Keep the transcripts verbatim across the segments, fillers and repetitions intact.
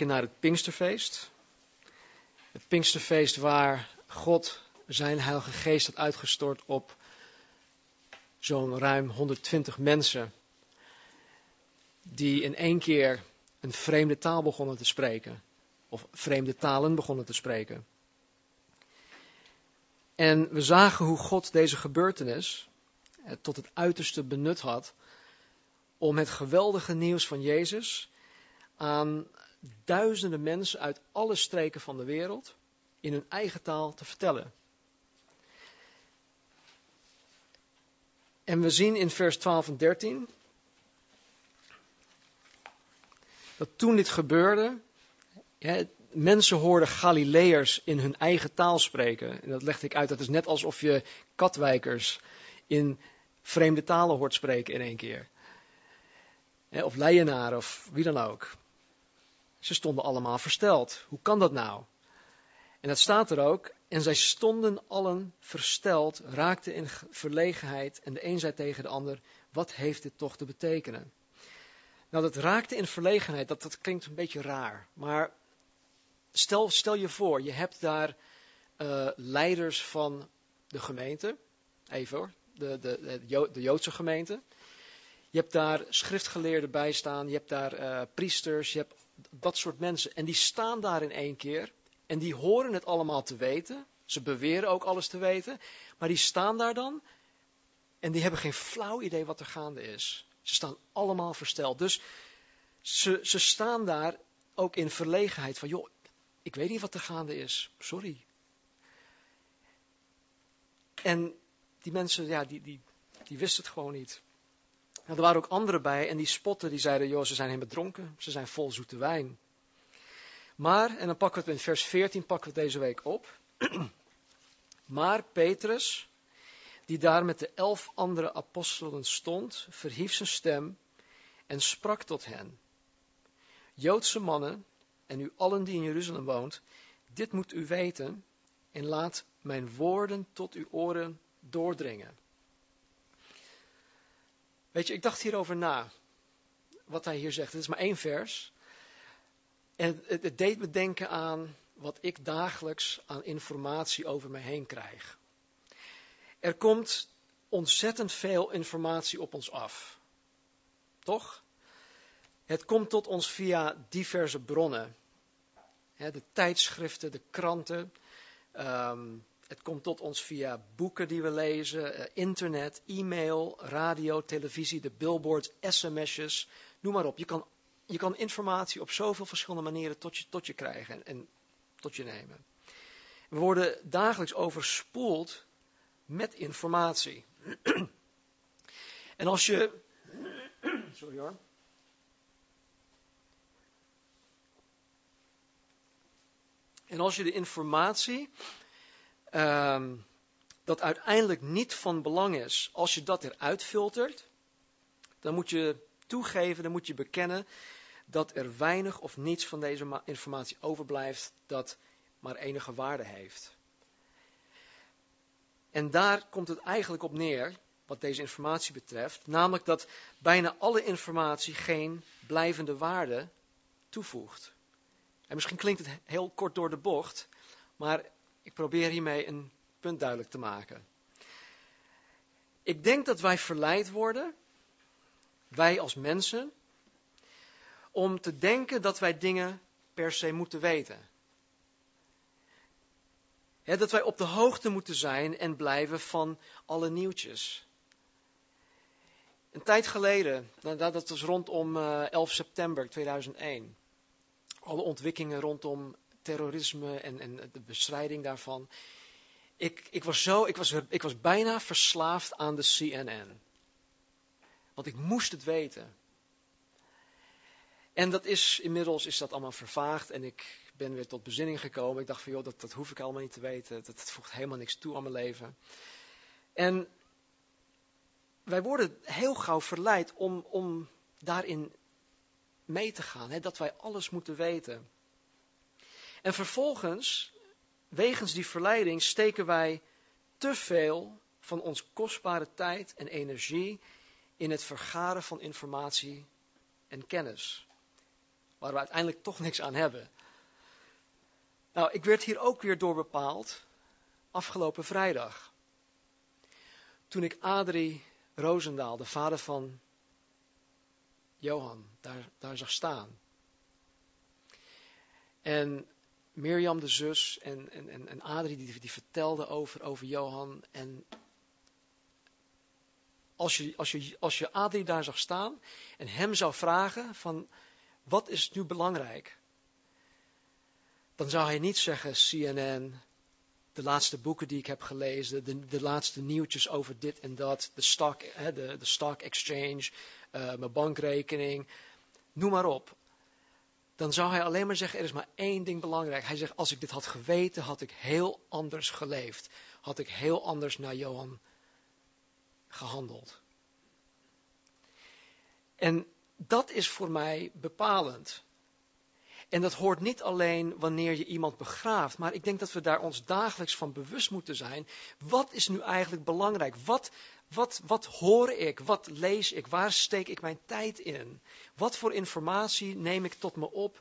denken naar het Pinksterfeest. Het Pinksterfeest waar God zijn Heilige Geest had uitgestort op zo'n ruim honderdtwintig mensen. Die in één keer een vreemde taal begonnen te spreken. Of vreemde talen begonnen te spreken. En we zagen hoe God deze gebeurtenis tot het uiterste benut had om het geweldige nieuws van Jezus aan duizenden mensen uit alle streken van de wereld in hun eigen taal te vertellen. En we zien in vers twaalf en dertien dat toen dit gebeurde, ja, mensen hoorden Galileërs in hun eigen taal spreken. En dat legde ik uit, dat is net alsof je Katwijkers in vreemde talen hoort spreken in één keer. Of Leijenaren of wie dan ook. Ze stonden allemaal versteld. Hoe kan dat nou? En dat staat er ook. En zij stonden allen versteld, raakten in verlegenheid. En de een zei tegen de ander, wat heeft dit toch te betekenen? Nou, dat raakte in verlegenheid, dat, dat klinkt een beetje raar. Maar stel, stel je voor, je hebt daar uh, leiders van de gemeente. Even hoor, de, de, de, Jo- de Joodse gemeente. Je hebt daar schriftgeleerden bij staan, je hebt daar uh, priesters, je hebt dat soort mensen. En die staan daar in één keer en die horen het allemaal te weten. Ze beweren ook alles te weten, maar die staan daar dan en die hebben geen flauw idee wat er gaande is. Ze staan allemaal versteld. Dus ze, ze staan daar ook in verlegenheid van, joh, ik weet niet wat er gaande is, sorry. En die mensen, ja, die, die, die wisten het gewoon niet. Nou, er waren ook anderen bij en die spotten, die zeiden, joh, ze zijn helemaal dronken, ze zijn vol zoete wijn. Maar, en dan pakken we het in vers veertien, pakken we het deze week op. Maar Petrus, die daar met de elf andere apostelen stond, verhief zijn stem en sprak tot hen. Joodse mannen, en u allen die in Jeruzalem woont, dit moet u weten en laat mijn woorden tot uw oren doordringen. Weet je, ik dacht hierover na, wat hij hier zegt. Het is maar één vers. En het, het deed me denken aan wat ik dagelijks aan informatie over me heen krijg. Er komt ontzettend veel informatie op ons af. Toch? Het komt tot ons via diverse bronnen. De tijdschriften, de kranten. Um, het komt tot ons via boeken die we lezen, internet, e-mail, radio, televisie, de billboards, sms'jes. Noem maar op. Je kan, je kan informatie op zoveel verschillende manieren tot je, tot je krijgen en, en tot je nemen. We worden dagelijks overspoeld met informatie. En als je... Sorry hoor. En als je de informatie, um, dat uiteindelijk niet van belang is, als je dat eruit filtert, dan moet je toegeven, dan moet je bekennen dat er weinig of niets van deze ma- informatie overblijft dat maar enige waarde heeft. En daar komt het eigenlijk op neer, wat deze informatie betreft, namelijk dat bijna alle informatie geen blijvende waarde toevoegt. En misschien klinkt het heel kort door de bocht, maar ik probeer hiermee een punt duidelijk te maken. Ik denk dat wij verleid worden, wij als mensen, om te denken dat wij dingen per se moeten weten. He, dat wij op de hoogte moeten zijn en blijven van alle nieuwtjes. Een tijd geleden, dat was rondom elf september tweeduizend één... alle ontwikkelingen rondom terrorisme en, en de bestrijding daarvan. Ik, ik, was zo, ik, was, ik was bijna verslaafd aan de C N N. Want ik moest het weten. En dat is, inmiddels is dat allemaal vervaagd en ik ben weer tot bezinning gekomen. Ik dacht van joh, dat, dat hoef ik allemaal niet te weten. Dat, dat voegt helemaal niks toe aan mijn leven. En wij worden heel gauw verleid om, om daarin mee te gaan. Hè, dat wij alles moeten weten. En vervolgens, wegens die verleiding, steken wij te veel van ons kostbare tijd en energie in het vergaren van informatie en kennis. waar we uiteindelijk toch niks aan hebben. Nou, ik werd hier ook weer door bepaald afgelopen vrijdag. Toen ik Adrie Roosendaal, de vader van Johan, daar, daar zag staan. En Mirjam, de zus, en, en, en, en Adrie, die, die vertelde over, over Johan. En als je, als, je, als je Adrie daar zag staan en hem zou vragen van, wat is nu belangrijk? Dan zou hij niet zeggen C N N, de laatste boeken die ik heb gelezen, de, de laatste nieuwtjes over dit en dat, de stock, hè, de, de stock exchange, uh, mijn bankrekening, noem maar op. Dan zou hij alleen maar zeggen, er is maar één ding belangrijk. Hij zegt, als ik dit had geweten, had ik heel anders geleefd. Had ik heel anders naar Johan gehandeld. En dat is voor mij bepalend. En dat hoort niet alleen wanneer je iemand begraaft, maar ik denk dat we daar ons dagelijks van bewust moeten zijn. Wat is nu eigenlijk belangrijk? Wat, wat, wat hoor ik? Wat lees ik? Waar steek ik mijn tijd in? Wat voor informatie neem ik tot me op?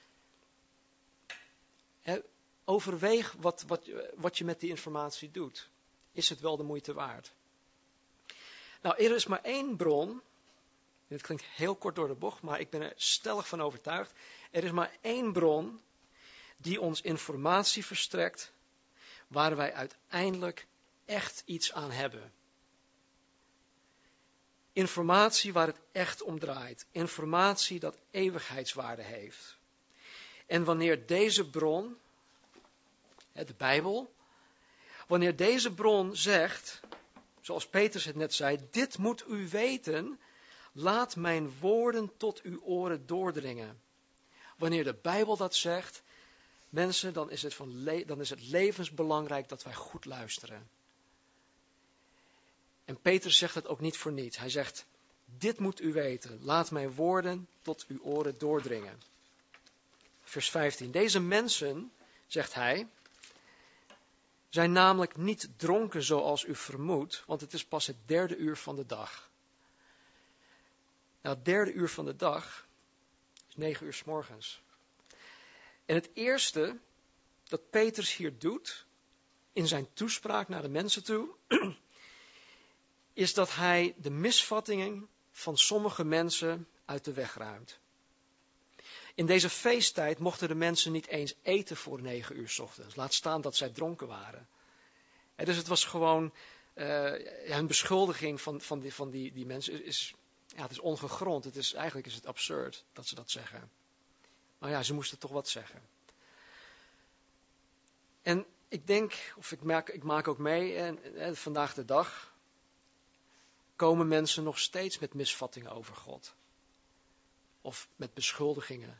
He, overweeg wat, wat, wat je met die informatie doet. Is het wel de moeite waard? Nou, er is maar één bron. Dit klinkt heel kort door de bocht, maar ik ben er stellig van overtuigd. Er is maar één bron die ons informatie verstrekt, waar wij uiteindelijk echt iets aan hebben. Informatie waar het echt om draait. Informatie dat eeuwigheidswaarde heeft. En wanneer deze bron, de Bijbel, wanneer deze bron zegt, zoals Petrus het net zei, dit moet u weten, laat mijn woorden tot uw oren doordringen. Wanneer de Bijbel dat zegt, mensen, dan is het, van le- dan is het levensbelangrijk dat wij goed luisteren. En Petrus zegt het ook niet voor niets. Hij zegt, dit moet u weten, laat mijn woorden tot uw oren doordringen. Vers vijftien, deze mensen, zegt hij, zijn namelijk niet dronken zoals u vermoedt, want het is pas het derde uur van de dag. Nou, het derde uur van de dag is negen uur 's morgens. En het eerste dat Petrus hier doet, in zijn toespraak naar de mensen toe, is dat hij de misvattingen van sommige mensen uit de weg ruimt. In deze feesttijd mochten de mensen niet eens eten voor negen uur 's ochtends. Laat staan dat zij dronken waren. En dus het was gewoon, uh, hun beschuldiging van, van, die, van die, die mensen is, ja, het is ongegrond. Het is, eigenlijk is het absurd dat ze dat zeggen. Maar ja, ze moesten toch wat zeggen. En ik denk, of ik maak, ik maak ook mee, en, en vandaag de dag komen mensen nog steeds met misvattingen over God. Of met beschuldigingen.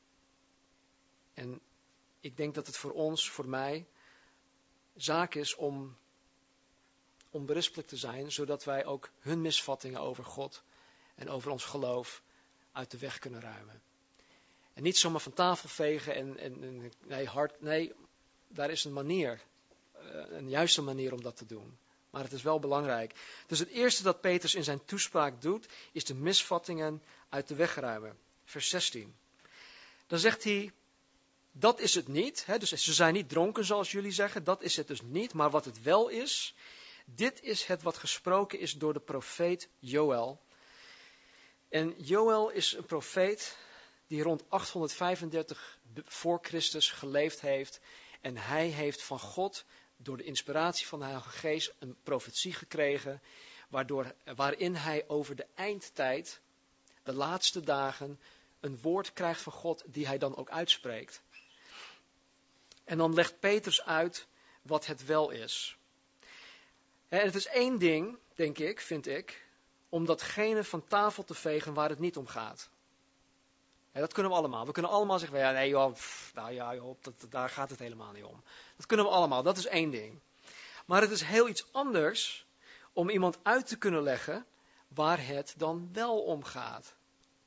En ik denk dat het voor ons, voor mij, zaak is om onberispelijk te zijn, zodat wij ook hun misvattingen over God en over ons geloof uit de weg kunnen ruimen. En niet zomaar van tafel vegen en, en, en nee, hard, nee, daar is een manier, een juiste manier om dat te doen. Maar het is wel belangrijk. Dus het eerste dat Petrus in zijn toespraak doet, is de misvattingen uit de weg ruimen. Vers zestien. Dan zegt hij, dat is het niet. Hè? Dus ze zijn niet dronken zoals jullie zeggen, dat is het dus niet. Maar wat het wel is, dit is het wat gesproken is door de profeet Joël. En Joël is een profeet die rond achthonderdvijfendertig voor Christus geleefd heeft. En hij heeft van God, door de inspiratie van de Heilige Geest, een profetie gekregen, waardoor, waarin hij over de eindtijd, de laatste dagen, een woord krijgt van God die hij dan ook uitspreekt. En dan legt Petrus uit wat het wel is. En het is één ding, denk ik, vind ik, om datgene van tafel te vegen waar het niet om gaat. Ja, dat kunnen we allemaal. We kunnen allemaal zeggen, ja, nee joh, pff, nou ja, joh dat, daar gaat het helemaal niet om. Dat kunnen we allemaal, dat is één ding. Maar het is heel iets anders om iemand uit te kunnen leggen waar het dan wel om gaat.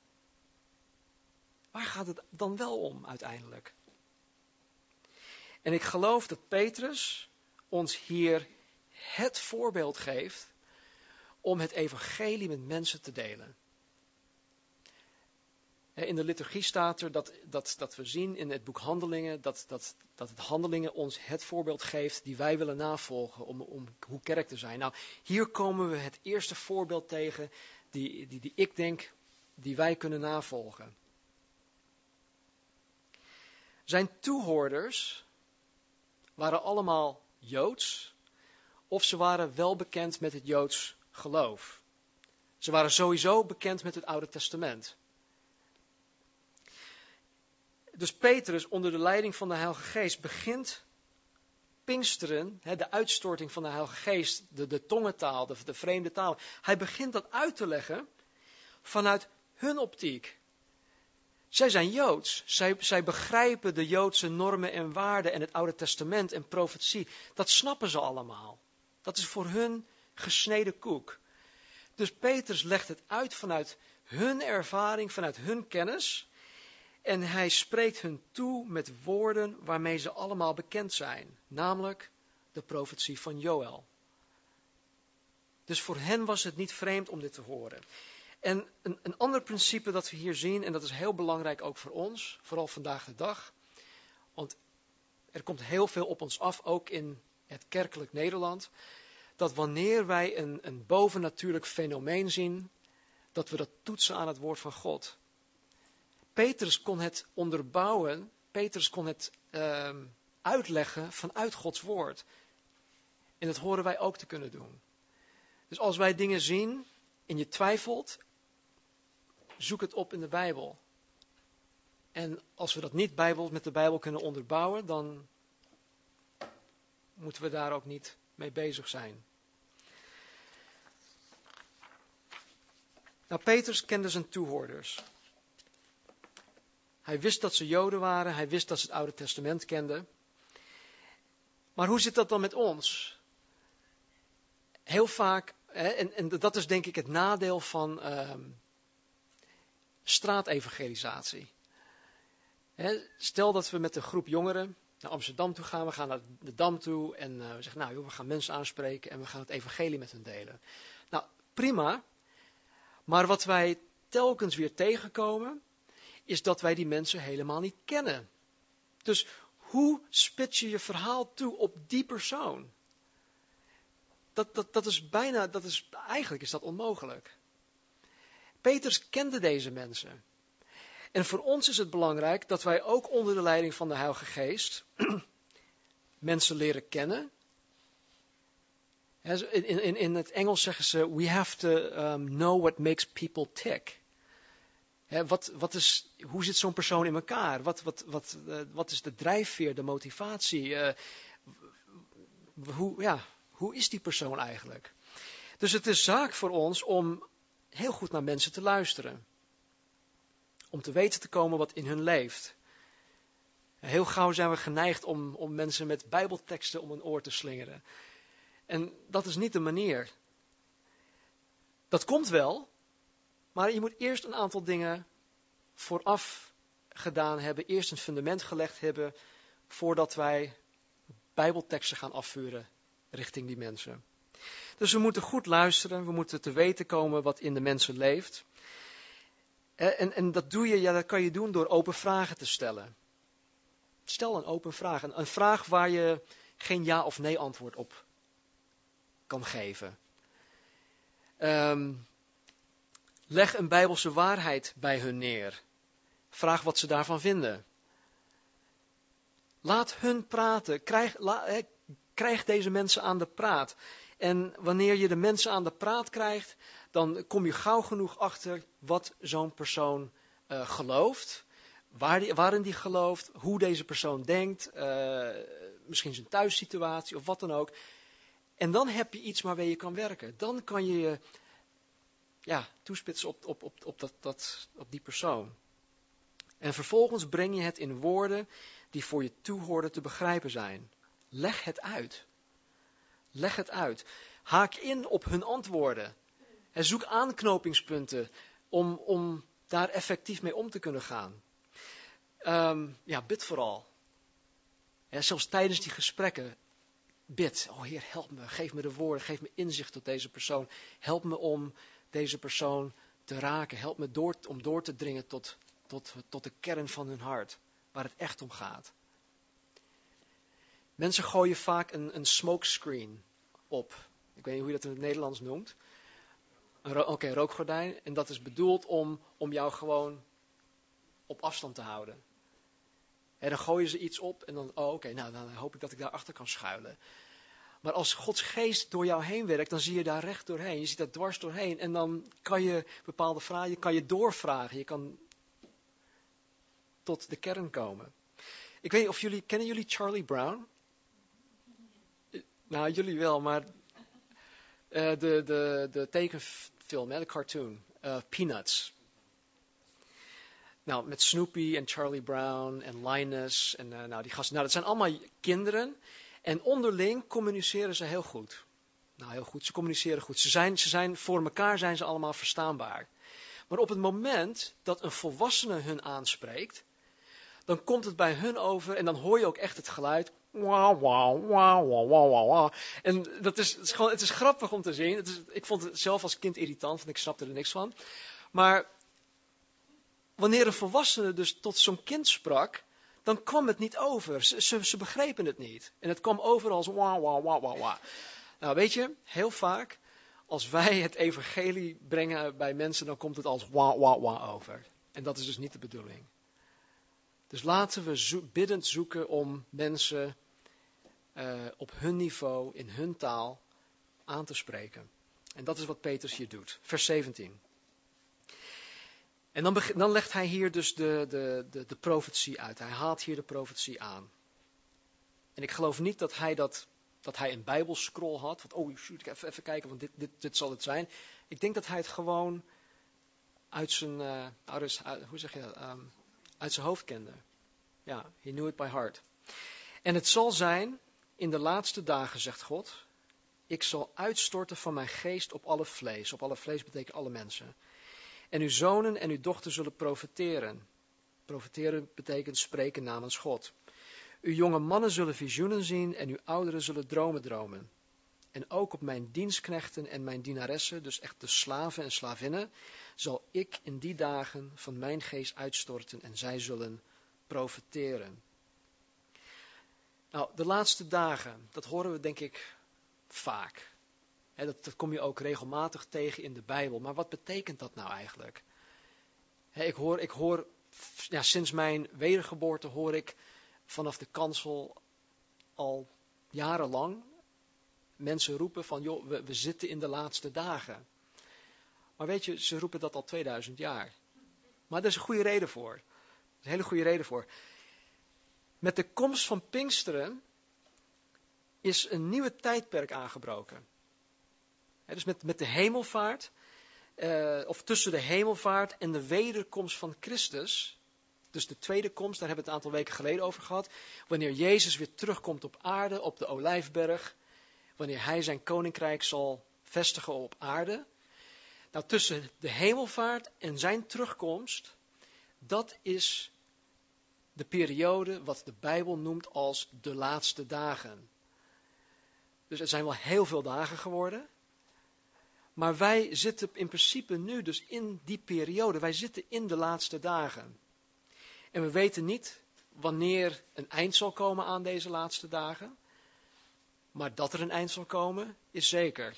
Waar gaat het dan wel om uiteindelijk? En ik geloof dat Petrus ons hier het voorbeeld geeft om het evangelie met mensen te delen. In de liturgie staat er dat, dat, dat we zien in het boek Handelingen, dat, dat, dat het Handelingen ons het voorbeeld geeft die wij willen navolgen om, om hoe kerk te zijn. Nou, hier komen we het eerste voorbeeld tegen die, die, die ik denk die wij kunnen navolgen. Zijn toehoorders waren allemaal Joods, of ze waren wel bekend met het Joods geloof. Ze waren sowieso bekend met het Oude Testament. Dus Petrus, onder de leiding van de Heilige Geest, begint Pinksteren, de uitstorting van de Heilige Geest, de, de tongentaal, de, de vreemde taal. Hij begint dat uit te leggen vanuit hun optiek. Zij zijn Joods. Zij, zij begrijpen de Joodse normen en waarden en het Oude Testament en profetie. Dat snappen ze allemaal. Dat is voor hun gesneden koek. Dus Petrus legt het uit vanuit hun ervaring, vanuit hun kennis. En hij spreekt hun toe met woorden waarmee ze allemaal bekend zijn. Namelijk de profetie van Joël. Dus voor hen was het niet vreemd om dit te horen. En een, een ander principe dat we hier zien, en dat is heel belangrijk ook voor ons, vooral vandaag de dag. Want er komt heel veel op ons af, ook in het kerkelijk Nederland. Dat wanneer wij een, een bovennatuurlijk fenomeen zien, dat we dat toetsen aan het woord van God. Petrus kon het onderbouwen, Petrus kon het uh, uitleggen vanuit Gods woord. En dat horen wij ook te kunnen doen. Dus als wij dingen zien en je twijfelt, zoek het op in de Bijbel. En als we dat niet Bijbel, met de Bijbel kunnen onderbouwen, dan moeten we daar ook niet mee bezig zijn. Nou, Petrus kende zijn toehoorders. Hij wist dat ze Joden waren, hij wist dat ze het Oude Testament kenden. Maar hoe zit dat dan met ons? Heel vaak, hè, en, en dat is denk ik het nadeel van uh, straatevangelisatie. Hè, stel dat we met een groep jongeren naar Amsterdam toe gaan, we gaan naar de Dam toe en uh, we zeggen, nou joh, we gaan mensen aanspreken en we gaan het evangelie met hen delen. Nou, prima, maar wat wij telkens weer tegenkomen, is dat wij die mensen helemaal niet kennen. Dus hoe spits je je verhaal toe op die persoon? Dat, dat, dat is bijna, dat is, eigenlijk is dat onmogelijk. Petrus kende deze mensen. En voor ons is het belangrijk dat wij ook onder de leiding van de Heilige Geest mensen leren kennen. In, in, in het Engels zeggen ze, we have to um, know what makes people tick. He, wat, wat is, hoe zit zo'n persoon in elkaar? Wat, wat, wat, uh, wat is de drijfveer, de motivatie? Uh, hoe, ja, hoe is die persoon eigenlijk? Dus het is zaak voor ons om heel goed naar mensen te luisteren. Om te weten te komen wat in hun leeft. Heel gauw zijn we geneigd om, om mensen met bijbelteksten om een oor te slingeren. En dat is niet de manier. Dat komt wel, maar je moet eerst een aantal dingen vooraf gedaan hebben. Eerst een fundament gelegd hebben voordat wij bijbelteksten gaan afvuren richting die mensen. Dus we moeten goed luisteren, we moeten te weten komen wat in de mensen leeft. En, en dat doe je, ja, dat kan je doen door open vragen te stellen. Stel een open vraag, een, een vraag waar je geen ja of nee antwoord op kan geven. Um, leg een bijbelse waarheid bij hun neer. Vraag wat ze daarvan vinden. Laat hun praten. Krijg, la, eh, krijg deze mensen aan de praat. En wanneer je de mensen aan de praat krijgt, dan kom je gauw genoeg achter wat zo'n persoon uh, gelooft. Waar die, waarin die gelooft, hoe deze persoon denkt, uh, misschien zijn thuissituatie of wat dan ook. En dan heb je iets waarmee je kan werken. Dan kan je je ja, toespitsen op, op, op, op, dat, dat, op die persoon. En vervolgens breng je het in woorden die voor je toehoorder te begrijpen zijn. Leg het uit. Leg het uit. Haak in op hun antwoorden. En zoek aanknopingspunten om, om daar effectief mee om te kunnen gaan. Um, ja, bid vooral. Ja, zelfs tijdens die gesprekken. Bid. Oh Heer, help me. Geef me de woorden. Geef me inzicht tot deze persoon. Help me om deze persoon te raken. Help me door, om door te dringen tot tot, tot de kern van hun hart, waar het echt om gaat. Mensen gooien vaak een, een smokescreen op. Ik weet niet hoe je dat in het Nederlands noemt. Oké, okay, rookgordijn. En dat is bedoeld om, om jou gewoon op afstand te houden. En dan gooien ze iets op en dan, oh oké, okay, nou dan hoop ik dat ik daarachter kan schuilen. Maar als Gods geest door jou heen werkt, dan zie je daar recht doorheen. Je ziet daar dwars doorheen. En dan kan je bepaalde vragen, kan je doorvragen. Je kan tot de kern komen. Ik weet niet of jullie, kennen jullie Charlie Brown? Nou, jullie wel, maar uh, de, de, de tekenfilm, hè, de cartoon, uh, Peanuts. Nou, met Snoopy en Charlie Brown en Linus en uh, nou, die gasten. Nou, dat zijn allemaal kinderen. En onderling communiceren ze heel goed. Nou, heel goed. Ze communiceren goed. Ze zijn, ze zijn, voor elkaar zijn ze allemaal verstaanbaar. Maar op het moment dat een volwassene hun aanspreekt, dan komt het bij hun over en dan hoor je ook echt het geluid. Wauw, wauw, wauw, wauw, wauw, wauw. En dat is, het is gewoon, het is grappig om te zien. Het is, ik vond het zelf als kind irritant, want ik snapte er niks van. Maar wanneer een volwassene dus tot zo'n kind sprak, dan kwam het niet over. Ze, ze, ze begrepen het niet. En het kwam over als wauw, wauw, wauw, wauw, wauw. Nou, weet je, heel vaak, als wij het evangelie brengen bij mensen, dan komt het als wauw, wauw, wauw over. En dat is dus niet de bedoeling. Dus laten we zo- biddend zoeken om mensen uh, op hun niveau, in hun taal, aan te spreken. En dat is wat Petrus hier doet. Vers zeventien. En dan, beg- dan legt hij hier dus de, de, de, de profetie uit. Hij haalt hier de profetie aan. En ik geloof niet dat hij, dat, dat hij een bijbelscroll had. Van, oh, shoot, even, even kijken, want dit, dit, dit zal het zijn. Ik denk dat hij het gewoon uit zijn, uh, uit, hoe zeg je dat, um, uit zijn hoofd kende. Ja, he knew it by heart. En het zal zijn, in de laatste dagen, zegt God, ik zal uitstorten van mijn geest op alle vlees. Op alle vlees betekent alle mensen. En uw zonen en uw dochters zullen profeteren. Profeteren betekent spreken namens God. Uw jonge mannen zullen visioenen zien en uw ouderen zullen dromen dromen. En ook op mijn dienstknechten en mijn dienaressen, dus echt de slaven en slavinnen, zal ik in die dagen van mijn geest uitstorten en zij zullen profeteren. Nou, de laatste dagen, dat horen we denk ik vaak. He, dat, dat kom je ook regelmatig tegen in de Bijbel. Maar wat betekent dat nou eigenlijk? He, ik hoor, ik hoor ja, sinds mijn wedergeboorte hoor ik vanaf de kansel al jarenlang mensen roepen van, joh, we, we zitten in de laatste dagen. Maar weet je, ze roepen dat al tweeduizend jaar. Maar daar is een goede reden voor. Er is een hele goede reden voor. Met de komst van Pinksteren is een nieuwe tijdperk aangebroken. He, dus met, met de hemelvaart, uh, of tussen de hemelvaart en de wederkomst van Christus, dus de tweede komst, daar hebben we het een aantal weken geleden over gehad, wanneer Jezus weer terugkomt op aarde, op de Olijfberg, wanneer hij zijn koninkrijk zal vestigen op aarde. Nou, tussen de hemelvaart en zijn terugkomst, dat is de periode wat de Bijbel noemt als de laatste dagen. Dus het zijn wel heel veel dagen geworden. Maar wij zitten in principe nu dus in die periode. Wij zitten in de laatste dagen. En we weten niet wanneer een eind zal komen aan deze laatste dagen. Maar dat er een eind zal komen, is zeker.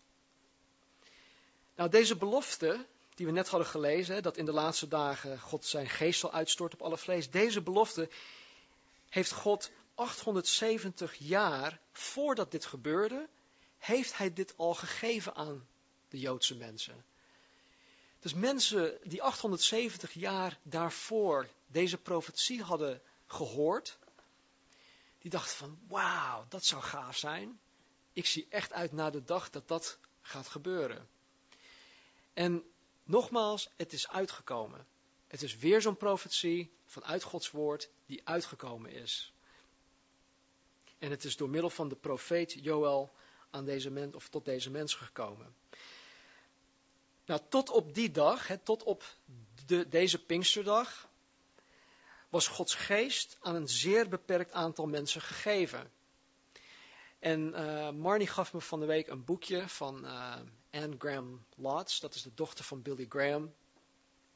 Nou, deze belofte, die we net hadden gelezen, dat in de laatste dagen God zijn geest zal uitstorten op alle vlees. Deze belofte heeft God achthonderdzeventig jaar voordat dit gebeurde, heeft hij dit al gegeven aan de Joodse mensen. Dus mensen die achthonderdzeventig jaar daarvoor deze profetie hadden gehoord, die dachten van, wauw, dat zou gaaf zijn. Ik zie echt uit naar de dag dat dat gaat gebeuren. En nogmaals, het is uitgekomen. Het is weer zo'n profetie vanuit Gods woord die uitgekomen is. En het is door middel van de profeet Joël aan deze mens, of tot deze mensen gekomen. Nou, tot op die dag, hè, tot op de, deze Pinksterdag, was Gods geest aan een zeer beperkt aantal mensen gegeven. En uh, Marnie gaf me van de week een boekje van uh, Anne Graham Lotz, dat is de dochter van Billy Graham.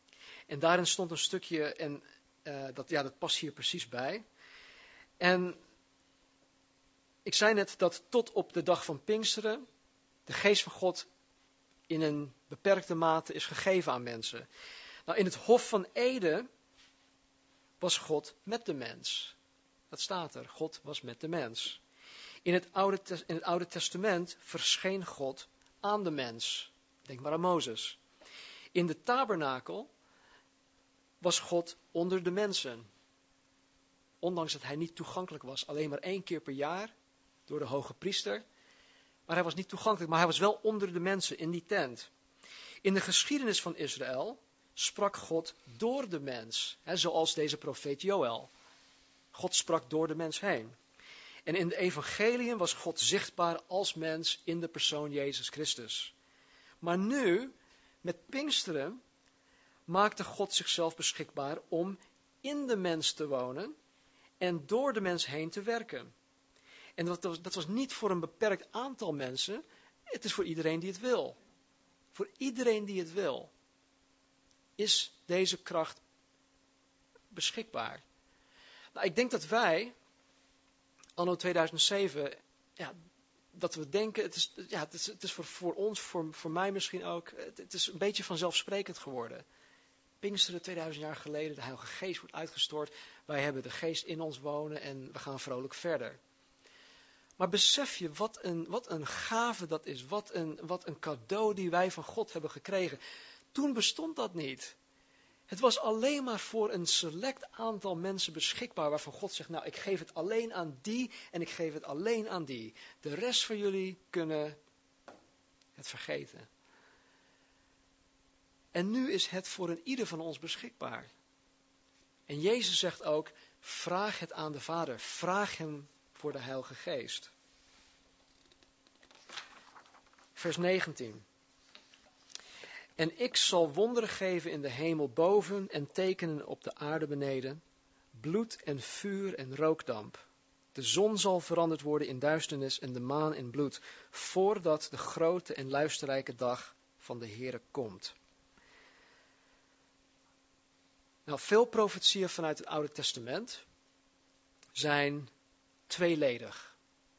En daarin stond een stukje, en uh, dat, ja, dat past hier precies bij. En ik zei net dat tot op de dag van Pinksteren de geest van God in een beperkte mate is gegeven aan mensen. Nou, in het Hof van Eden was God met de mens. Dat staat er, God was met de mens. In het Oude, in het Oude Testament verscheen God aan de mens. Denk maar aan Mozes. In de tabernakel was God onder de mensen. Ondanks dat hij niet toegankelijk was, alleen maar één keer per jaar door de hoge priester. Maar hij was niet toegankelijk, maar hij was wel onder de mensen in die tent. In de geschiedenis van Israël sprak God door de mens, hè, zoals deze profeet Joël. God sprak door de mens heen. En in de evangeliën was God zichtbaar als mens in de persoon Jezus Christus. Maar nu, met Pinksteren, maakte God zichzelf beschikbaar om in de mens te wonen en door de mens heen te werken. En dat was, dat was niet voor een beperkt aantal mensen, het is voor iedereen die het wil. Voor iedereen die het wil, is deze kracht beschikbaar. Nou, ik denk dat wij, anno tweeduizend zeven, ja, dat we denken, het is, ja, het is, het is voor, voor ons, voor, voor mij misschien ook, het, het is een beetje vanzelfsprekend geworden. Pinksteren tweeduizend jaar geleden, de Heilige Geest wordt uitgestort, wij hebben de Geest in ons wonen en we gaan vrolijk verder. Maar besef je wat een, wat een gave dat is, wat een, wat een cadeau die wij van God hebben gekregen. Toen bestond dat niet. Het was alleen maar voor een select aantal mensen beschikbaar waarvan God zegt, nou ik geef het alleen aan die en ik geef het alleen aan die. De rest van jullie kunnen het vergeten. En nu is het voor een ieder van ons beschikbaar. En Jezus zegt ook, vraag het aan de Vader, vraag hem voor de Heilige Geest. Vers negentien. En ik zal wonderen geven in de hemel boven en tekenen op de aarde beneden, bloed en vuur en rookdamp. De zon zal veranderd worden in duisternis en de maan in bloed, voordat de grote en luisterrijke dag van de Heere komt. Nou, veel profetieën vanuit het Oude Testament zijn tweeledig.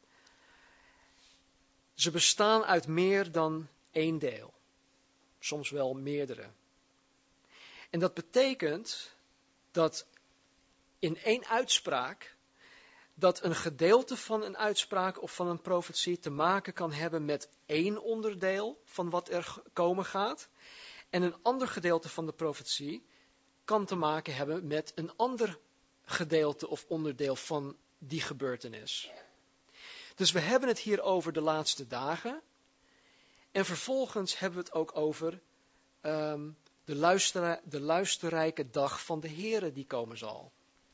Ze bestaan uit meer dan één deel. Soms wel meerdere. En dat betekent dat in één uitspraak, dat een gedeelte van een uitspraak of van een profetie te maken kan hebben met één onderdeel van wat er komen gaat. En een ander gedeelte van de profetie kan te maken hebben met een ander gedeelte of onderdeel van die gebeurtenis. Dus we hebben het hier over de laatste dagen. En vervolgens hebben we het ook over um, de, luister, de luisterrijke dag van de Heere die komen zal.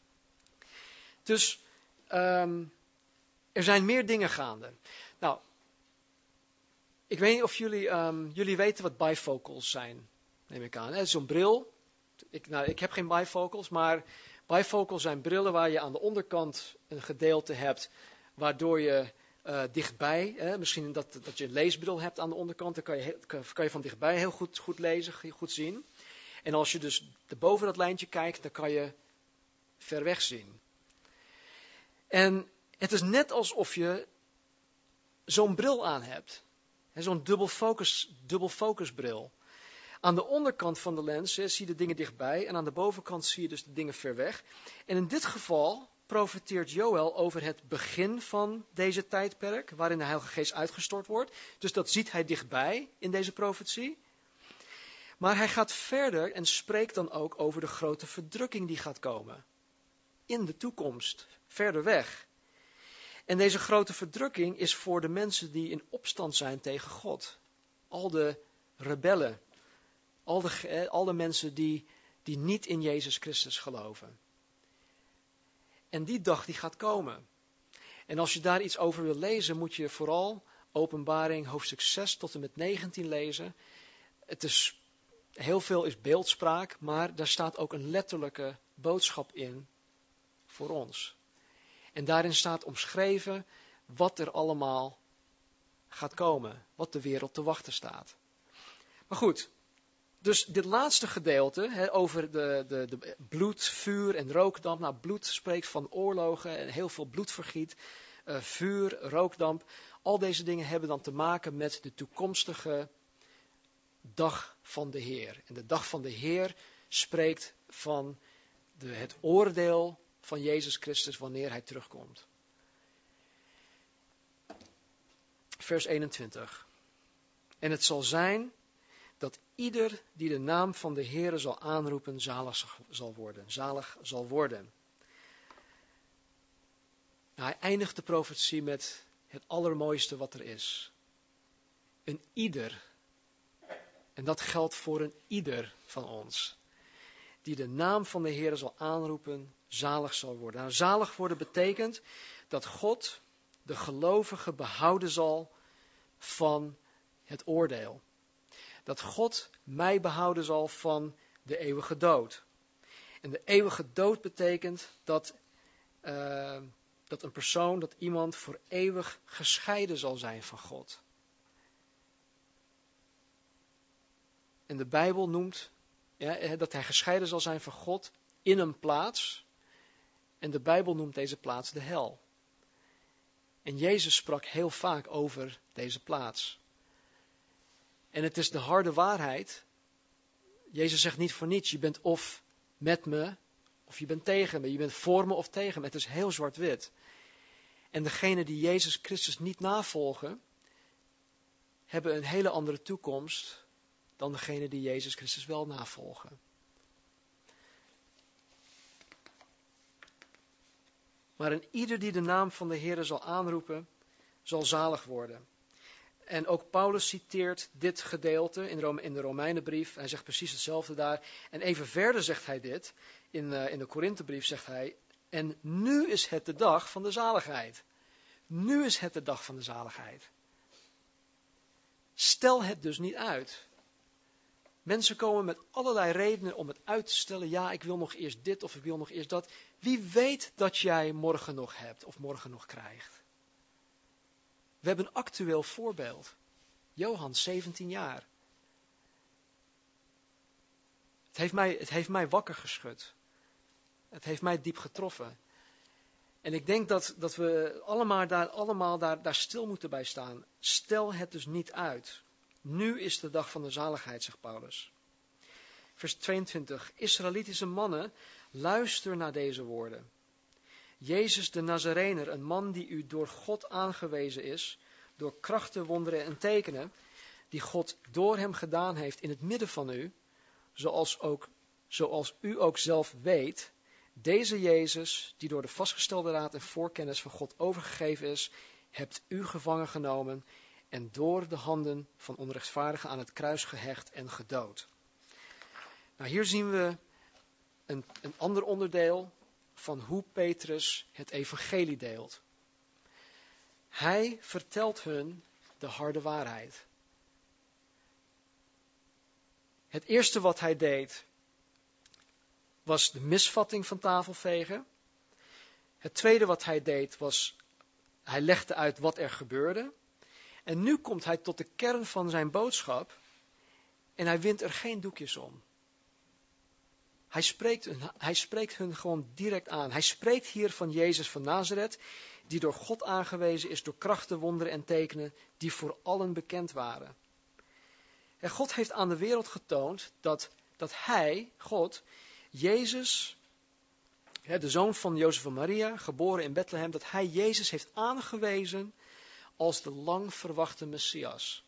Dus um, er zijn meer dingen gaande. Nou, ik weet niet of jullie, um, jullie weten wat bifocals zijn, neem ik aan. Zo'n bril. Ik, nou, ik heb geen bifocals, maar bifocals zijn brillen waar je aan de onderkant een gedeelte hebt, waardoor je uh, dichtbij, hè, misschien dat, dat je een leesbril hebt aan de onderkant, dan kan je, kan je van dichtbij heel goed, goed lezen, goed zien. En als je dus boven dat lijntje kijkt, dan kan je ver weg zien. En het is net alsof je zo'n bril aan hebt, hè, zo'n dubbel focus, dubbel focusbril. Aan de onderkant van de lens hè, zie je de dingen dichtbij en aan de bovenkant zie je dus de dingen ver weg. En in dit geval profeteert Joël over het begin van deze tijdperk, waarin de Heilige Geest uitgestort wordt. Dus dat ziet hij dichtbij in deze profetie. Maar hij gaat verder en spreekt dan ook over de grote verdrukking die gaat komen. In de toekomst, verder weg. En deze grote verdrukking is voor de mensen die in opstand zijn tegen God. Al de rebellen. Al de, al de mensen die, die niet in Jezus Christus geloven. En die dag die gaat komen. En als je daar iets over wil lezen, moet je vooral Openbaring hoofdstuk zes tot en met negentien lezen. Het is, heel veel is beeldspraak, maar daar staat ook een letterlijke boodschap in voor ons. En daarin staat omschreven wat er allemaal gaat komen. Wat de wereld te wachten staat. Maar goed. Dus dit laatste gedeelte he, over de, de, de bloed, vuur en rookdamp. Nou, bloed spreekt van oorlogen en heel veel bloedvergiet. Uh, vuur, rookdamp. Al deze dingen hebben dan te maken met de toekomstige dag van de Heer. En de dag van de Heer spreekt van de, het oordeel van Jezus Christus wanneer hij terugkomt. Vers eenentwintig. En het zal zijn dat ieder die de naam van de Heere zal aanroepen, zalig zal worden. Zalig zal worden. Nou, hij eindigt de profetie met het allermooiste wat er is. Een ieder. En dat geldt voor een ieder van ons. Die de naam van de Heere zal aanroepen, zalig zal worden. Nou, zalig worden betekent dat God de gelovige behouden zal van het oordeel. Dat God mij behouden zal van de eeuwige dood. En de eeuwige dood betekent dat, uh, dat een persoon, dat iemand voor eeuwig gescheiden zal zijn van God. En de Bijbel noemt ja, dat hij gescheiden zal zijn van God in een plaats. En de Bijbel noemt deze plaats de hel. En Jezus sprak heel vaak over deze plaats. En het is de harde waarheid. Jezus zegt niet voor niets, je bent of met me, of je bent tegen me. Je bent voor me of tegen me. Het is heel zwart-wit. En degenen die Jezus Christus niet navolgen, hebben een hele andere toekomst dan degenen die Jezus Christus wel navolgen. Maar een ieder die de naam van de Heere zal aanroepen, zal zalig worden. En ook Paulus citeert dit gedeelte in, Rome, in de Romeinenbrief. Hij zegt precies hetzelfde daar. En even verder zegt hij dit. In, uh, in de Korinthebrief zegt hij. En nu is het de dag van de zaligheid. Nu is het de dag van de zaligheid. Stel het dus niet uit. Mensen komen met allerlei redenen om het uit te stellen. Ja, ik wil nog eerst dit of ik wil nog eerst dat. Wie weet dat jij morgen nog hebt of morgen nog krijgt. We hebben een actueel voorbeeld. Johan, zeventien jaar. Het heeft mij, het heeft mij wakker geschud. Het heeft mij diep getroffen. En ik denk dat, dat we allemaal, daar, allemaal daar, daar stil moeten bij staan. Stel het dus niet uit. Nu is de dag van de zaligheid, zegt Paulus. Vers tweeëntwintig. Israëlitische mannen, luister naar deze woorden. Jezus de Nazarener, een man die u door God aangewezen is, door krachten, wonderen en tekenen, die God door hem gedaan heeft in het midden van u, zoals, ook, zoals u ook zelf weet, deze Jezus, die door de vastgestelde raad en voorkennis van God overgegeven is, hebt u gevangen genomen en door de handen van onrechtvaardigen aan het kruis gehecht en gedood. Nou, hier zien we een, een ander onderdeel van hoe Petrus het evangelie deelt. Hij vertelt hun de harde waarheid. Het eerste wat hij deed was de misvatting van tafel vegen. Het tweede wat hij deed was, hij legde uit wat er gebeurde. En nu komt hij tot de kern van zijn boodschap en hij wint er geen doekjes om. Hij spreekt, hij spreekt hun gewoon direct aan. Hij spreekt hier van Jezus van Nazareth, die door God aangewezen is door krachten, wonderen en tekenen, die voor allen bekend waren. En God heeft aan de wereld getoond dat, dat hij, God, Jezus, de zoon van Jozef en Maria, geboren in Bethlehem, dat hij Jezus heeft aangewezen als de lang verwachte Messias.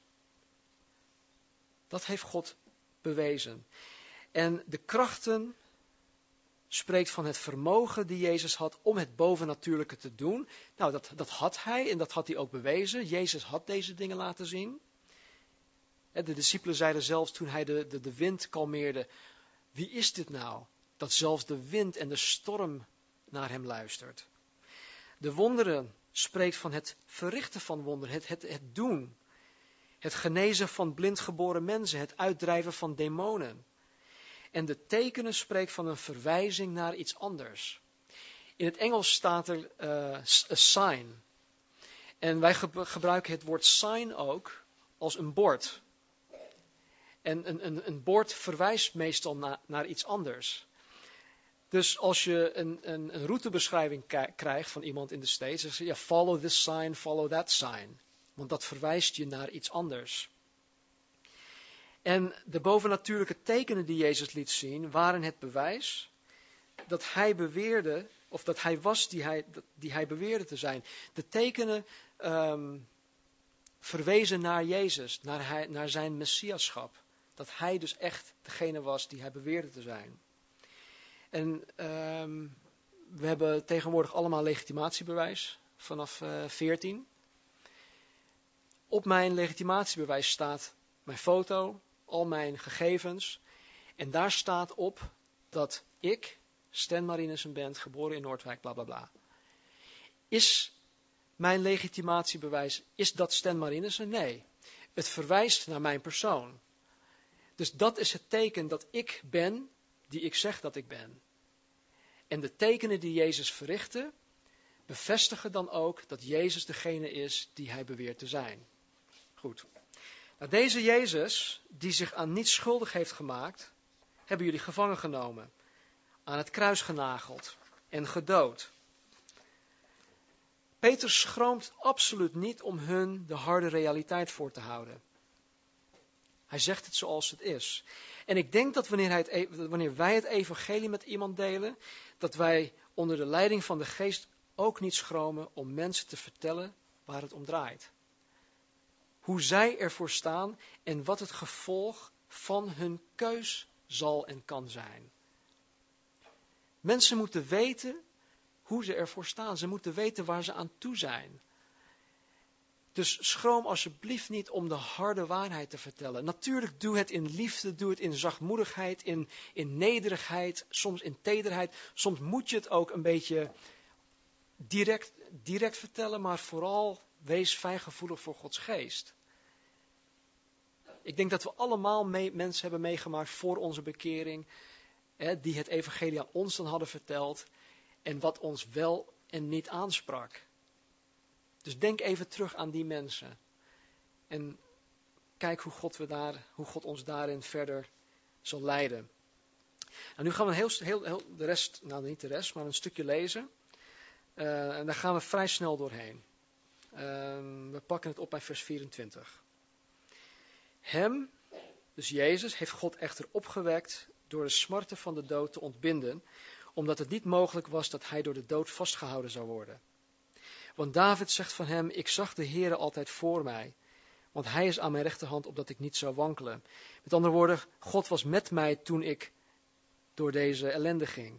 Dat heeft God bewezen. En de krachten spreekt van het vermogen die Jezus had om het bovennatuurlijke te doen. Nou, dat, dat had hij en dat had hij ook bewezen. Jezus had deze dingen laten zien. De discipelen zeiden zelfs toen hij de, de, de wind kalmeerde, wie is dit nou? Dat zelfs de wind en de storm naar hem luistert. De wonderen spreekt van het verrichten van wonderen, het, het, het doen. Het genezen van blindgeboren mensen, het uitdrijven van demonen. En de tekenen spreekt van een verwijzing naar iets anders. In het Engels staat er uh, a sign. En wij ge- gebruiken het woord sign ook als een bord. En een, een, een bord verwijst meestal na, naar iets anders. Dus als je een, een, een routebeschrijving k- krijgt van iemand in de States, dan zeg je, ja, follow this sign, follow that sign. Want dat verwijst je naar iets anders. En de bovennatuurlijke tekenen die Jezus liet zien, waren het bewijs dat hij beweerde, of dat hij was die hij, die hij beweerde te zijn. De tekenen um, verwezen naar Jezus, naar, hij, naar zijn messiaschap. Dat hij dus echt degene was die hij beweerde te zijn. En um, we hebben tegenwoordig allemaal legitimatiebewijs vanaf uh, veertien. Op mijn legitimatiebewijs staat mijn foto, al mijn gegevens. En daar staat op dat ik, Stan Marinussen ben, geboren in Noordwijk, bla bla bla. Is mijn legitimatiebewijs, is dat Stan Marinussen? Nee. Het verwijst naar mijn persoon. Dus dat is het teken dat ik ben, die ik zeg dat ik ben. En de tekenen die Jezus verrichtte, bevestigen dan ook dat Jezus degene is die hij beweert te zijn. Goed. Nou, deze Jezus, die zich aan niets schuldig heeft gemaakt, hebben jullie gevangen genomen, aan het kruis genageld en gedood. Petrus schroomt absoluut niet om hun de harde realiteit voor te houden. Hij zegt het zoals het is. En ik denk dat wanneer, hij het, wanneer wij het evangelie met iemand delen, dat wij onder de leiding van de geest ook niet schromen om mensen te vertellen waar het om draait. Hoe zij ervoor staan en wat het gevolg van hun keus zal en kan zijn. Mensen moeten weten hoe ze ervoor staan. Ze moeten weten waar ze aan toe zijn. Dus schroom alsjeblieft niet om de harde waarheid te vertellen. Natuurlijk, doe het in liefde, doe het in zachtmoedigheid, in, in nederigheid, soms in tederheid. Soms moet je het ook een beetje direct, direct vertellen, maar vooral wees fijngevoelig voor Gods geest. Ik denk dat we allemaal mee, mensen hebben meegemaakt voor onze bekering, hè, die het evangelie aan ons dan hadden verteld en wat ons wel en niet aansprak. Dus denk even terug aan die mensen. En kijk hoe God, we daar, hoe God ons daarin verder zal leiden. En nu gaan we heel, heel, heel, de rest, nou niet de rest, maar een stukje lezen. Uh, en daar gaan we vrij snel doorheen. Uh, we pakken het op bij vers vierentwintig. Hem, dus Jezus, heeft God echter opgewekt door de smarten van de dood te ontbinden, omdat het niet mogelijk was dat hij door de dood vastgehouden zou worden. Want David zegt van hem, ik zag de Heere altijd voor mij, want hij is aan mijn rechterhand, opdat ik niet zou wankelen. Met andere woorden, God was met mij toen ik door deze ellende ging.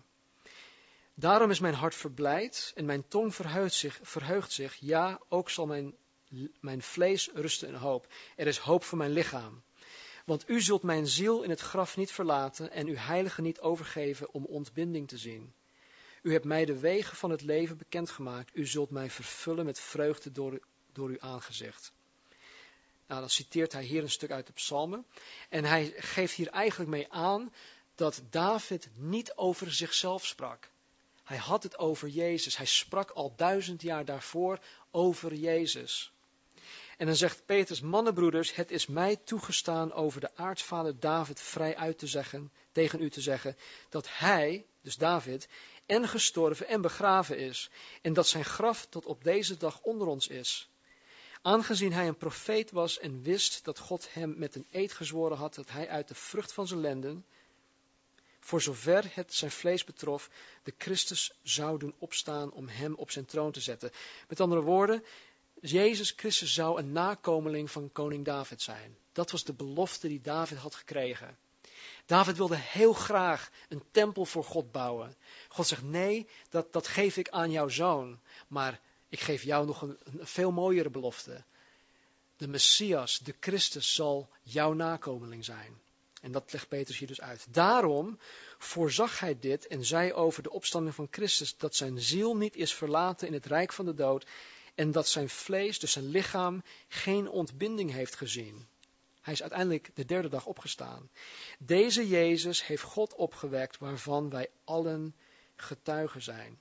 Daarom is mijn hart verblijd en mijn tong verheugt zich, verheugt zich. Ja, ook zal mijn, mijn vlees rusten in hoop. Er is hoop voor mijn lichaam. Want u zult mijn ziel in het graf niet verlaten en uw heilige niet overgeven om ontbinding te zien. U hebt mij de wegen van het leven bekendgemaakt. U zult mij vervullen met vreugde door, door uw aangezicht. Nou, dan citeert hij hier een stuk uit de psalmen. En hij geeft hier eigenlijk mee aan dat David niet over zichzelf sprak. Hij had het over Jezus. Hij sprak al duizend jaar daarvoor over Jezus. En dan zegt Petrus, mannenbroeders, het is mij toegestaan over de aartsvader David vrij uit te zeggen, tegen u te zeggen, dat hij, dus David, en gestorven en begraven is, en dat zijn graf tot op deze dag onder ons is. Aangezien hij een profeet was en wist dat God hem met een eed gezworen had, dat hij uit de vrucht van zijn lenden, voor zover het zijn vlees betrof, de Christus zou doen opstaan om hem op zijn troon te zetten. Met andere woorden, Jezus Christus zou een nakomeling van koning David zijn. Dat was de belofte die David had gekregen. David wilde heel graag een tempel voor God bouwen. God zegt, nee, dat, dat geef ik aan jouw zoon. Maar ik geef jou nog een, een veel mooiere belofte. De Messias, de Christus, zal jouw nakomeling zijn. En dat legt Petrus hier dus uit. Daarom voorzag hij dit en zei over de opstanding van Christus dat zijn ziel niet is verlaten in het rijk van de dood en dat zijn vlees, dus zijn lichaam, geen ontbinding heeft gezien. Hij is uiteindelijk de derde dag opgestaan. Deze Jezus heeft God opgewekt waarvan wij allen getuigen zijn.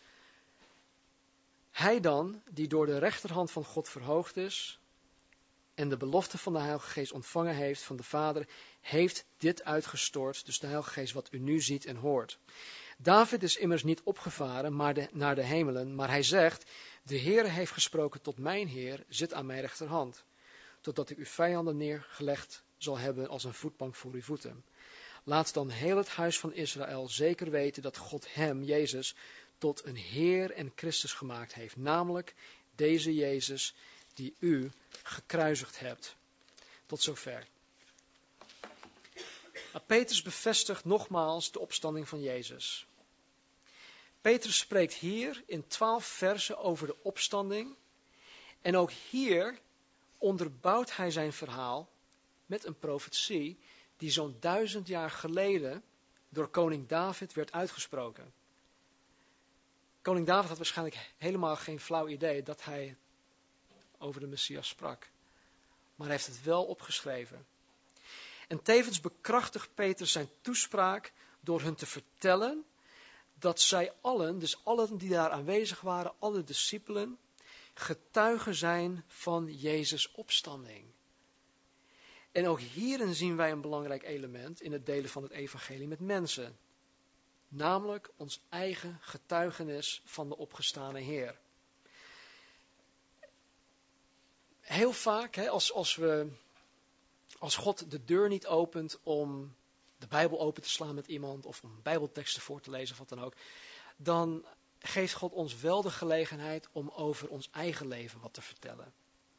Hij dan, die door de rechterhand van God verhoogd is, en de belofte van de Heilige Geest ontvangen heeft van de Vader, heeft dit uitgestort, dus de Heilige Geest wat u nu ziet en hoort. David is immers niet opgevaren maar de, naar de hemelen, maar hij zegt, de Heer heeft gesproken tot mijn Heer, zit aan mijn rechterhand, totdat ik uw vijanden neergelegd zal hebben als een voetbank voor uw voeten. Laat dan heel het huis van Israël zeker weten dat God hem, Jezus, tot een Heer en Christus gemaakt heeft, namelijk deze Jezus die u gekruisigd hebt. Tot zover. Nou, Petrus bevestigt nogmaals de opstanding van Jezus. Petrus spreekt hier in twaalf versen over de opstanding. En ook hier onderbouwt hij zijn verhaal met een profetie die zo'n duizend jaar geleden door koning David werd uitgesproken. Koning David had waarschijnlijk helemaal geen flauw idee dat hij over de Messias sprak. Maar hij heeft het wel opgeschreven. En tevens bekrachtigt Petrus zijn toespraak door hun te vertellen dat zij allen, dus allen die daar aanwezig waren, alle discipelen, getuigen zijn van Jezus' opstanding. En ook hierin zien wij een belangrijk element in het delen van het evangelie met mensen. Namelijk ons eigen getuigenis van de opgestane Heer. Heel vaak, hè, als, als, we, als God de deur niet opent om de Bijbel open te slaan met iemand, of om Bijbelteksten voor te lezen of wat dan ook, dan geeft God ons wel de gelegenheid om over ons eigen leven wat te vertellen.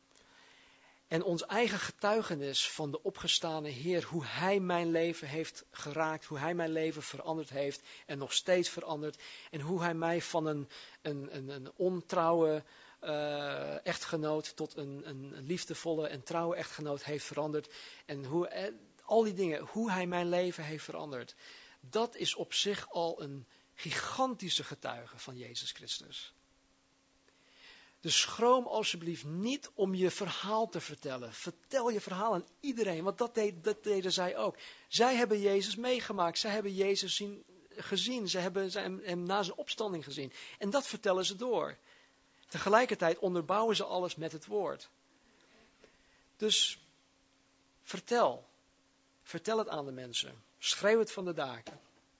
En ons eigen getuigenis van de opgestane Heer, hoe Hij mijn leven heeft geraakt, hoe Hij mijn leven veranderd heeft en nog steeds verandert. En hoe Hij mij van een, een, een, een ontrouwe uh, echtgenoot tot een, een liefdevolle en trouwe echtgenoot heeft veranderd. En hoe, eh, al die dingen, hoe Hij mijn leven heeft veranderd. Dat is op zich al een gigantische getuige van Jezus Christus. Dus schroom alsjeblieft niet om je verhaal te vertellen. Vertel je verhaal aan iedereen, want dat, deed, dat deden zij ook. Zij hebben Jezus meegemaakt, zij hebben Jezus zien, gezien, zij hebben hem na zijn opstanding gezien. En dat vertellen ze door. Tegelijkertijd onderbouwen ze alles met het woord. Dus vertel. Vertel het aan de mensen. Schreeuw het van de daken.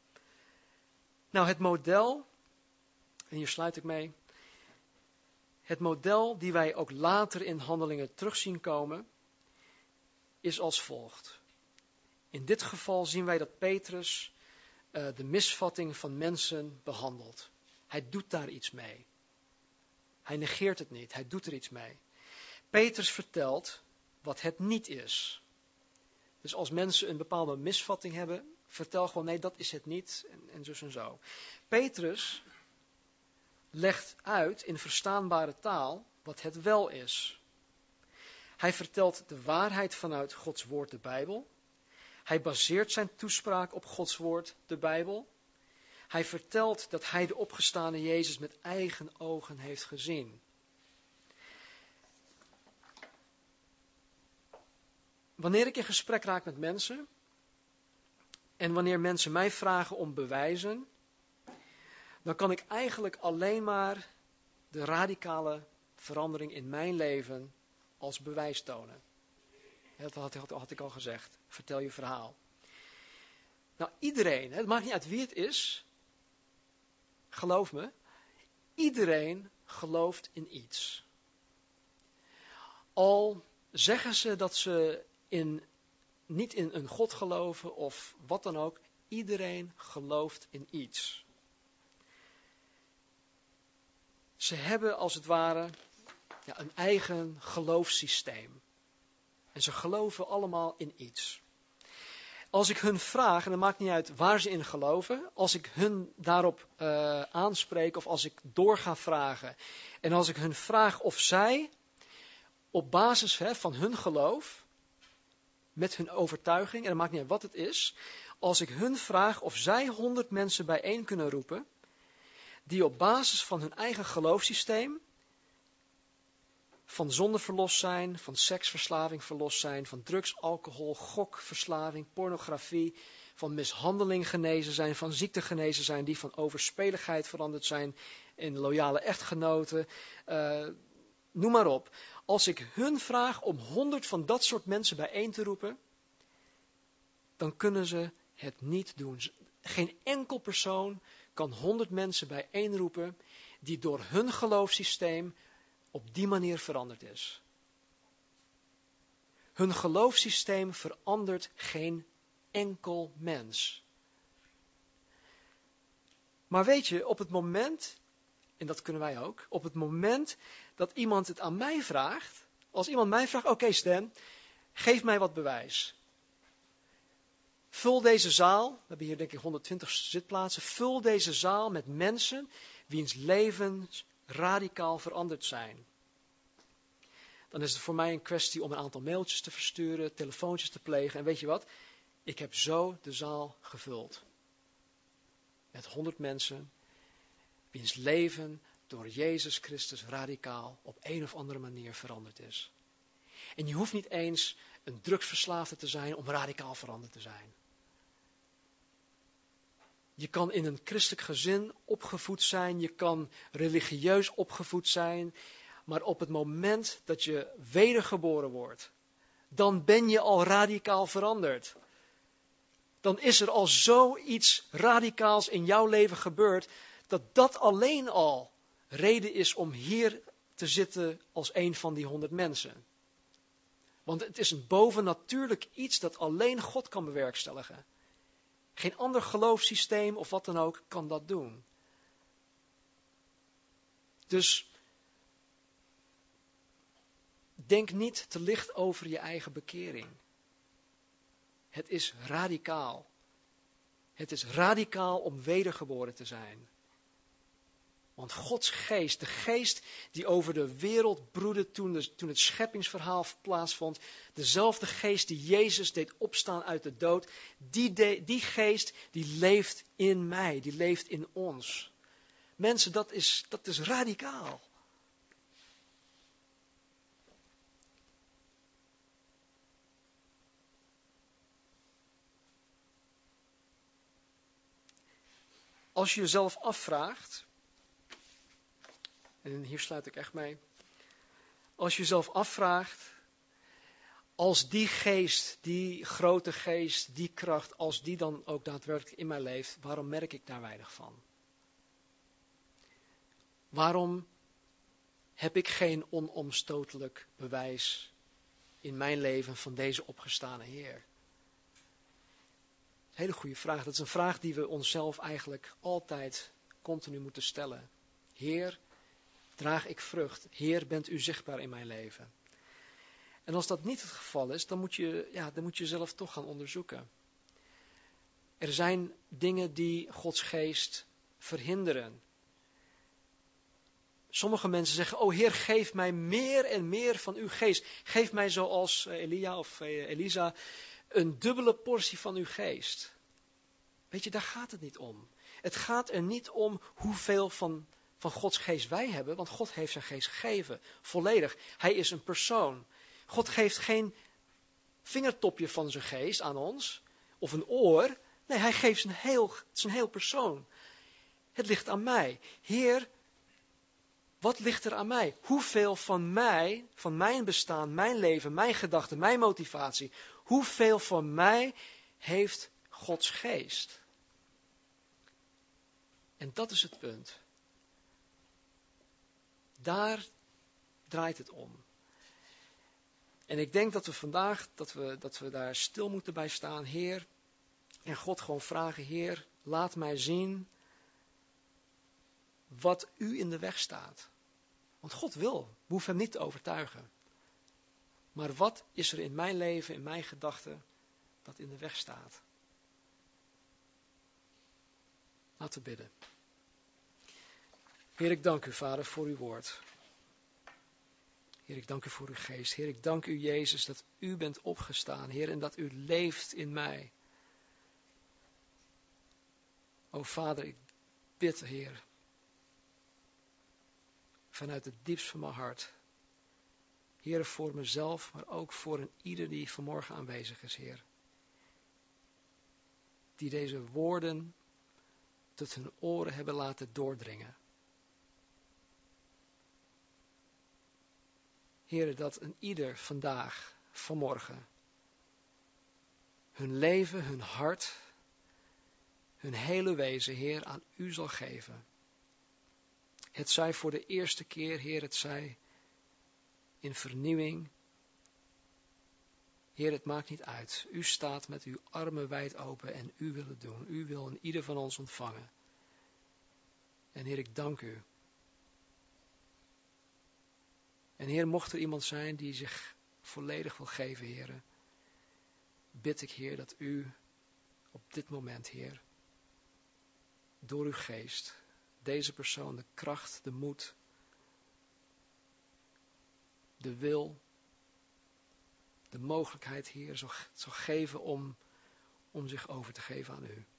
Nou, het model, en hier sluit ik mee. Het model die wij ook later in Handelingen terug zien komen, is als volgt. In dit geval zien wij dat Petrus uh, de misvatting van mensen behandelt. Hij doet daar iets mee. Hij negeert het niet, hij doet er iets mee. Petrus vertelt wat het niet is. Dus als mensen een bepaalde misvatting hebben, vertel gewoon nee, dat is het niet en, en zo en zo. Petrus legt uit in verstaanbare taal wat het wel is. Hij vertelt de waarheid vanuit Gods woord, de Bijbel. Hij baseert zijn toespraak op Gods woord, de Bijbel. Hij vertelt dat hij de opgestane Jezus met eigen ogen heeft gezien. Wanneer ik in gesprek raak met mensen en wanneer mensen mij vragen om bewijzen, dan kan ik eigenlijk alleen maar de radicale verandering in mijn leven als bewijs tonen. Dat had, had, had ik al gezegd. Vertel je verhaal. Nou, iedereen, het maakt niet uit wie het is, geloof me, iedereen gelooft in iets. Al zeggen ze dat ze in, niet in een God geloven of wat dan ook, iedereen gelooft in iets. Ze hebben als het ware ja, een eigen geloofssysteem. En ze geloven allemaal in iets. Als ik hun vraag, en het maakt niet uit waar ze in geloven, als ik hun daarop uh, aanspreek of als ik door ga vragen. En als ik hun vraag of zij op basis hè, van hun geloof, met hun overtuiging, en het maakt niet uit wat het is. Als ik hun vraag of zij honderd mensen bijeen kunnen roepen, die op basis van hun eigen geloofssysteem van zonde verlost zijn, van seksverslaving verlost zijn, van drugs, alcohol, gokverslaving, pornografie, van mishandeling genezen zijn, van ziekte genezen zijn, die van overspeligheid veranderd zijn in loyale echtgenoten. Uh, noem maar op. Als ik hun vraag om honderd van dat soort mensen bijeen te roepen, dan kunnen ze het niet doen. Geen enkel persoon kan honderd mensen bijeenroepen die door hun geloofssysteem op die manier veranderd is. Hun geloofssysteem verandert geen enkel mens. Maar weet je, op het moment, en dat kunnen wij ook, op het moment dat iemand het aan mij vraagt, als iemand mij vraagt, oké okay Stan, geef mij wat bewijs. Vul deze zaal, we hebben hier denk ik honderdtwintig zitplaatsen, vul deze zaal met mensen wiens levens radicaal veranderd zijn. Dan is het voor mij een kwestie om een aantal mailtjes te versturen, telefoontjes te plegen. En weet je wat? Ik heb zo de zaal gevuld. Met honderd mensen, wiens leven door Jezus Christus radicaal op een of andere manier veranderd is. En je hoeft niet eens een drugsverslaafde te zijn om radicaal veranderd te zijn. Je kan in een christelijk gezin opgevoed zijn, je kan religieus opgevoed zijn, maar op het moment dat je wedergeboren wordt, dan ben je al radicaal veranderd. Dan is er al zoiets radicaals in jouw leven gebeurd, dat dat alleen al reden is om hier te zitten als een van die honderd mensen. Want het is een bovennatuurlijk iets dat alleen God kan bewerkstelligen. Geen ander geloofssysteem of wat dan ook kan dat doen. Dus denk niet te licht over je eigen bekering. Het is radicaal. Het is radicaal om wedergeboren te zijn. Want Gods geest, de geest die over de wereld broedde toen, de, toen het scheppingsverhaal plaatsvond, dezelfde geest die Jezus deed opstaan uit de dood, die, de, die geest die leeft in mij, die leeft in ons. Mensen, dat is, dat is radicaal. Als je jezelf afvraagt, en hier sluit ik echt mee. Als je jezelf afvraagt, als die geest, die grote geest, die kracht, als die dan ook daadwerkelijk in mij leeft, waarom merk ik daar weinig van? Waarom heb ik geen onomstotelijk bewijs in mijn leven van deze opgestane Heer? Hele goede vraag. Dat is een vraag die we onszelf eigenlijk altijd continu moeten stellen. Heer, draag ik vrucht? Heer, bent u zichtbaar in mijn leven? En als dat niet het geval is, dan moet je, ja, dan moet je jezelf toch gaan onderzoeken. Er zijn dingen die Gods geest verhinderen. Sommige mensen zeggen, oh Heer, geef mij meer en meer van uw geest. Geef mij zoals Elia of Elisa een dubbele portie van uw geest. Weet je, daar gaat het niet om. Het gaat er niet om hoeveel van, van Gods geest wij hebben, want God heeft zijn geest gegeven, volledig. Hij is een persoon. God geeft geen vingertopje van zijn geest aan ons, of een oor. Nee, hij geeft zijn heel, zijn heel persoon. Het ligt aan mij. Heer, wat ligt er aan mij? Hoeveel van mij, van mijn bestaan, mijn leven, mijn gedachten, mijn motivatie, hoeveel van mij heeft Gods geest? En dat is het punt. Daar draait het om. En ik denk dat we vandaag, dat we, dat we daar stil moeten bij staan, Heer. En God gewoon vragen, Heer, laat mij zien wat u in de weg staat. Want God wil, we hoeven hem niet te overtuigen. Maar wat is er in mijn leven, in mijn gedachten, dat in de weg staat? Laten we bidden. Heer, ik dank u, Vader, voor uw woord. Heer, ik dank u voor uw geest. Heer, ik dank u, Jezus, dat u bent opgestaan. Heer, en dat u leeft in mij. O Vader, ik bid, Heer, vanuit het diepst van mijn hart. Heer, voor mezelf, maar ook voor een ieder die vanmorgen aanwezig is, Heer. Die deze woorden tot hun oren hebben laten doordringen. Heere, dat een ieder vandaag, vanmorgen, hun leven, hun hart, hun hele wezen, Heer, aan u zal geven. Het zij voor de eerste keer, Heer, het zij in vernieuwing. Heer, het maakt niet uit. U staat met uw armen wijd open en u wil het doen. U wil een ieder van ons ontvangen. En Heer, ik dank u. En Heer, mocht er iemand zijn die zich volledig wil geven, Heer, bid ik, Heer, dat u op dit moment, Heer, door uw geest, deze persoon de kracht, de moed, de wil, de mogelijkheid, Heer, zal, zal geven om, om zich over te geven aan u.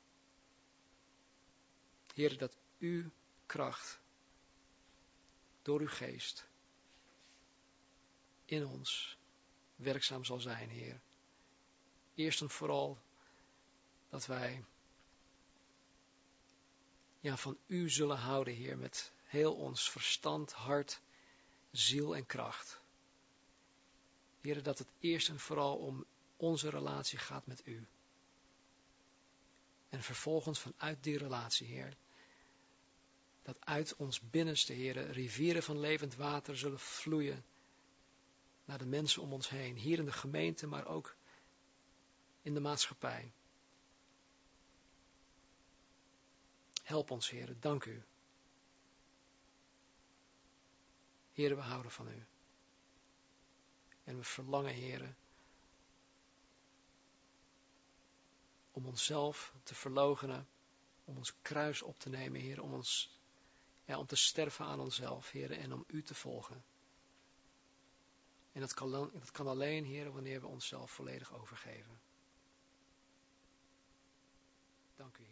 Heer, dat uw kracht, door uw geest, in ons werkzaam zal zijn, Heer. Eerst en vooral dat wij ja, van u zullen houden, Heer, met heel ons verstand, hart, ziel en kracht. Heer, dat het eerst en vooral om onze relatie gaat met u. En vervolgens vanuit die relatie, Heer, dat uit ons binnenste, Heer, rivieren van levend water zullen vloeien naar de mensen om ons heen, hier in de gemeente, maar ook in de maatschappij. Help ons, Heer, dank u. Heer, we houden van u. En we verlangen, Heer, om onszelf te verloochenen, om ons kruis op te nemen, Heer, om ons, ja, om te sterven aan onszelf, Heer, en om u te volgen. En dat kan, dat kan alleen, Heer, wanneer we onszelf volledig overgeven. Dank u.